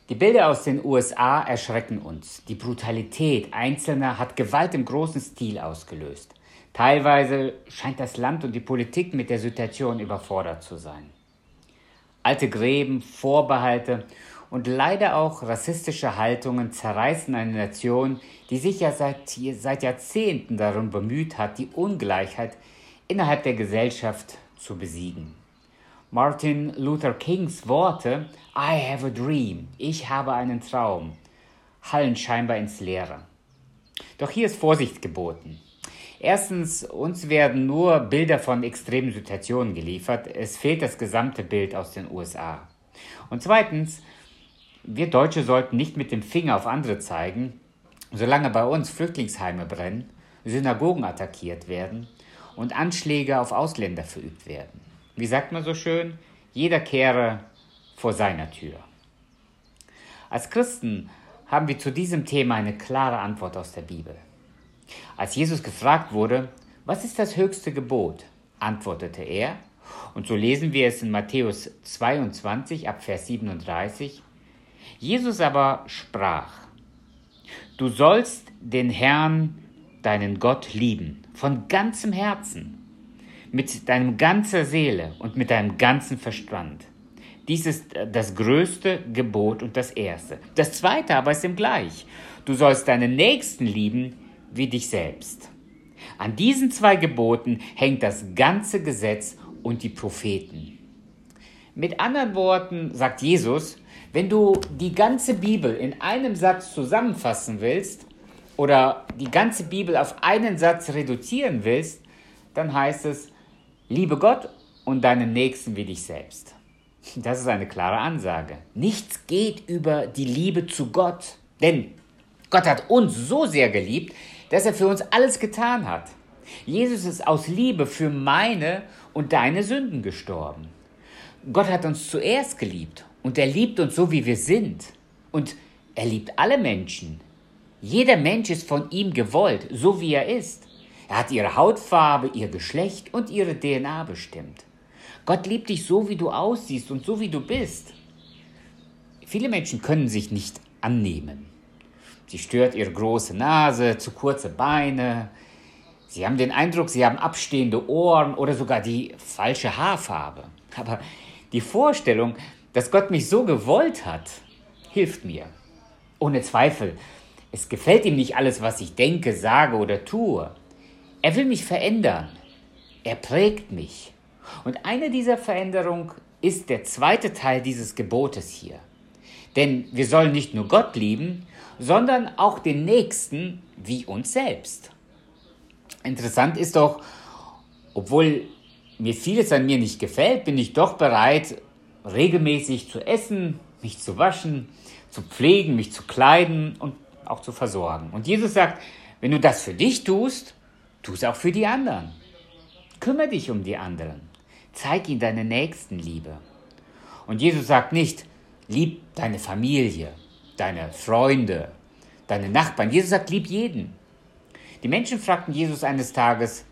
Die Bilder aus den USA erschrecken uns. Die Brutalität Einzelner hat Gewalt im großen Stil ausgelöst. Teilweise scheint das Land und die Politik mit der Situation überfordert zu sein. Alte Gräben, Vorbehalte und leider auch rassistische Haltungen zerreißen eine Nation, die sich ja seit Jahrzehnten darum bemüht hat, die Ungleichheit innerhalb der Gesellschaft zu besiegen. Martin Luther Kings Worte "I have a dream", ich habe einen Traum, hallen scheinbar ins Leere. Doch hier ist Vorsicht geboten. Erstens, uns werden nur Bilder von extremen Situationen geliefert, es fehlt das gesamte Bild aus den USA. Und zweitens, wir Deutsche sollten nicht mit dem Finger auf andere zeigen, solange bei uns Flüchtlingsheime brennen, Synagogen attackiert werden und Anschläge auf Ausländer verübt werden. Wie sagt man so schön? Jeder kehre vor seiner Tür. Als Christen haben wir zu diesem Thema eine klare Antwort aus der Bibel. Als Jesus gefragt wurde, was ist das höchste Gebot, antwortete er, und so lesen wir es in Matthäus 22 ab Vers 37, Jesus aber sprach, du sollst den Herrn, deinen Gott, lieben, von ganzem Herzen, mit deinem ganzer Seele und mit deinem ganzen Verstand. Dies ist das größte Gebot und das erste. Das zweite aber ist ihm gleich. Du sollst deinen Nächsten lieben wie dich selbst. An diesen zwei Geboten hängt das ganze Gesetz und die Propheten. Mit anderen Worten sagt Jesus, wenn du die ganze Bibel in einem Satz zusammenfassen willst oder die ganze Bibel auf einen Satz reduzieren willst, dann heißt es, liebe Gott und deinen Nächsten wie dich selbst. Das ist eine klare Ansage. Nichts geht über die Liebe zu Gott, denn Gott hat uns so sehr geliebt, dass er für uns alles getan hat. Jesus ist aus Liebe für meine und deine Sünden gestorben. Gott hat uns zuerst geliebt und er liebt uns so, wie wir sind. Und er liebt alle Menschen. Jeder Mensch ist von ihm gewollt, so wie er ist. Er hat ihre Hautfarbe, ihr Geschlecht und ihre DNA bestimmt. Gott liebt dich so, wie du aussiehst und so, wie du bist. Viele Menschen können sich nicht annehmen. Sie stört ihre große Nase, zu kurze Beine. Sie haben den Eindruck, sie haben abstehende Ohren oder sogar die falsche Haarfarbe. Aber die Vorstellung, dass Gott mich so gewollt hat, hilft mir. Ohne Zweifel, es gefällt ihm nicht alles, was ich denke, sage oder tue. Er will mich verändern. Er prägt mich. Und eine dieser Veränderungen ist der zweite Teil dieses Gebotes hier. Denn wir sollen nicht nur Gott lieben, sondern auch den Nächsten wie uns selbst. Interessant ist doch, obwohl mir vieles an mir nicht gefällt, bin ich doch bereit, regelmäßig zu essen, mich zu waschen, zu pflegen, mich zu kleiden und auch zu versorgen. Und Jesus sagt, wenn du das für dich tust, tu es auch für die anderen. Kümmere dich um die anderen. Zeig ihnen deine Nächstenliebe. Und Jesus sagt nicht, lieb deine Familie, deine Freunde, deine Nachbarn. Jesus sagt, lieb jeden. Die Menschen fragten Jesus eines Tages,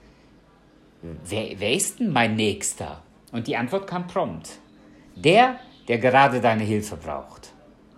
wer ist denn mein Nächster? Und die Antwort kam prompt. Der gerade deine Hilfe braucht.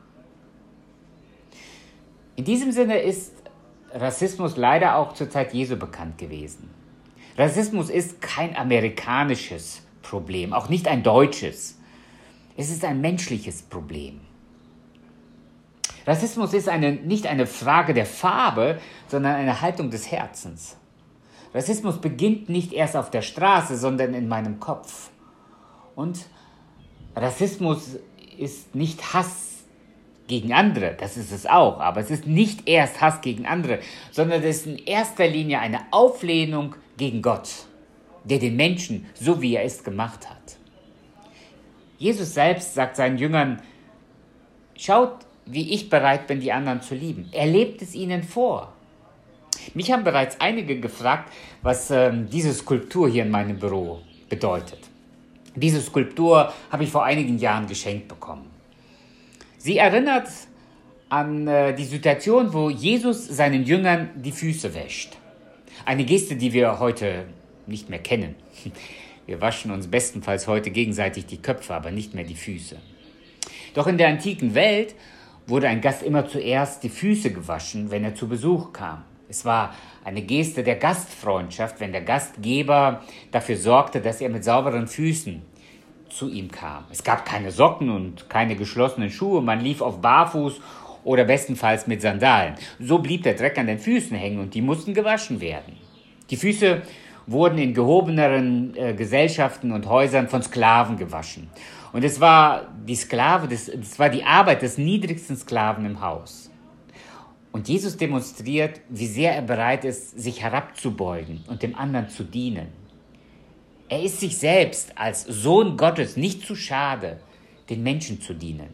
In diesem Sinne ist Rassismus leider auch zur Zeit Jesu bekannt gewesen. Rassismus ist kein amerikanisches Problem, auch nicht ein deutsches. Es ist ein menschliches Problem. Rassismus ist nicht eine Frage der Farbe, sondern eine Haltung des Herzens. Rassismus beginnt nicht erst auf der Straße, sondern in meinem Kopf. Und Rassismus ist nicht Hass gegen andere, das ist es auch, aber es ist nicht erst Hass gegen andere, sondern es ist in erster Linie eine Auflehnung gegen Gott, der den Menschen, so wie er ist, gemacht hat. Jesus selbst sagt seinen Jüngern, schaut, wie ich bereit bin, die anderen zu lieben. Er lebt es ihnen vor. Mich haben bereits einige gefragt, was diese Skulptur hier in meinem Büro bedeutet. Diese Skulptur habe ich vor einigen Jahren geschenkt bekommen. Sie erinnert an die Situation, wo Jesus seinen Jüngern die Füße wäscht. Eine Geste, die wir heute nicht mehr kennen. Wir waschen uns bestenfalls heute gegenseitig die Köpfe, aber nicht mehr die Füße. Doch in der antiken Welt wurde ein Gast immer zuerst die Füße gewaschen, wenn er zu Besuch kam. Es war eine Geste der Gastfreundschaft, wenn der Gastgeber dafür sorgte, dass er mit sauberen Füßen zu ihm kam. Es gab keine Socken und keine geschlossenen Schuhe, man lief auf Barfuß oder bestenfalls mit Sandalen. So blieb der Dreck an den Füßen hängen und die mussten gewaschen werden. Die Füße wurden in gehobeneren Gesellschaften und Häusern von Sklaven gewaschen. Und es war die Arbeit des niedrigsten Sklaven im Haus. Und Jesus demonstriert, wie sehr er bereit ist, sich herabzubeugen und dem anderen zu dienen. Er ist sich selbst als Sohn Gottes nicht zu schade, den Menschen zu dienen.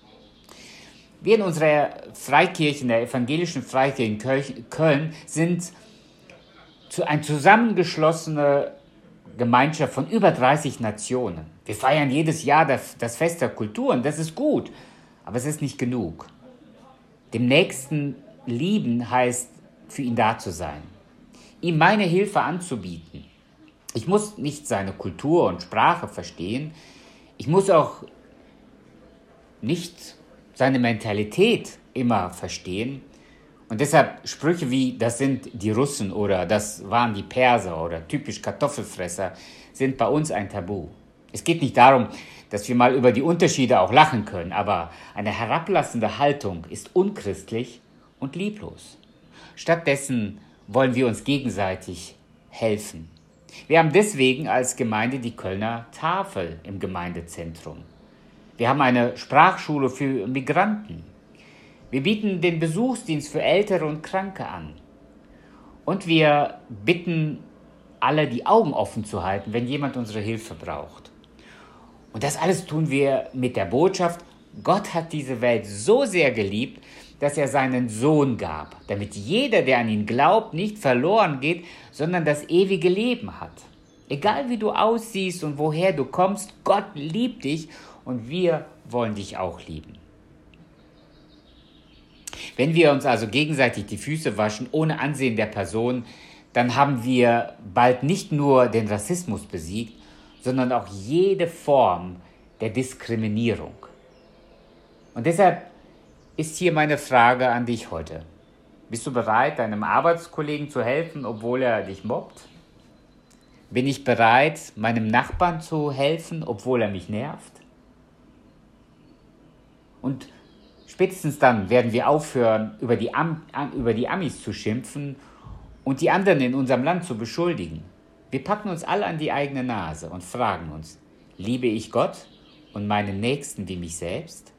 Wir in unserer Freikirche, in der evangelischen Freikirche in Köln, sind eine zusammengeschlossene Gemeinschaft von über 30 Nationen. Wir feiern jedes Jahr das Fest der Kulturen, das ist gut, aber es ist nicht genug. Dem Nächsten lieben heißt, für ihn da zu sein, ihm meine Hilfe anzubieten. Ich muss nicht seine Kultur und Sprache verstehen, ich muss auch nicht seine Mentalität immer verstehen. Und deshalb Sprüche wie, das sind die Russen oder das waren die Perser oder typisch Kartoffelfresser, sind bei uns ein Tabu. Es geht nicht darum, dass wir mal über die Unterschiede auch lachen können, aber eine herablassende Haltung ist unchristlich und lieblos. Stattdessen wollen wir uns gegenseitig helfen. Wir haben deswegen als Gemeinde die Kölner Tafel im Gemeindezentrum. Wir haben eine Sprachschule für Migranten. Wir bieten den Besuchsdienst für Ältere und Kranke an. Und wir bitten alle, die Augen offen zu halten, wenn jemand unsere Hilfe braucht. Und das alles tun wir mit der Botschaft, Gott hat diese Welt so sehr geliebt, dass er seinen Sohn gab, damit jeder, der an ihn glaubt, nicht verloren geht, sondern das ewige Leben hat. Egal wie du aussiehst und woher du kommst, Gott liebt dich und wir wollen dich auch lieben. Wenn wir uns also gegenseitig die Füße waschen, ohne Ansehen der Person, dann haben wir bald nicht nur den Rassismus besiegt, sondern auch jede Form der Diskriminierung. Und deshalb ist hier meine Frage an dich heute. Bist du bereit, deinem Arbeitskollegen zu helfen, obwohl er dich mobbt? Bin ich bereit, meinem Nachbarn zu helfen, obwohl er mich nervt? Und spätestens dann werden wir aufhören, über die Amis zu schimpfen und die anderen in unserem Land zu beschuldigen. Wir packen uns alle an die eigene Nase und fragen uns, liebe ich Gott und meinen Nächsten wie mich selbst?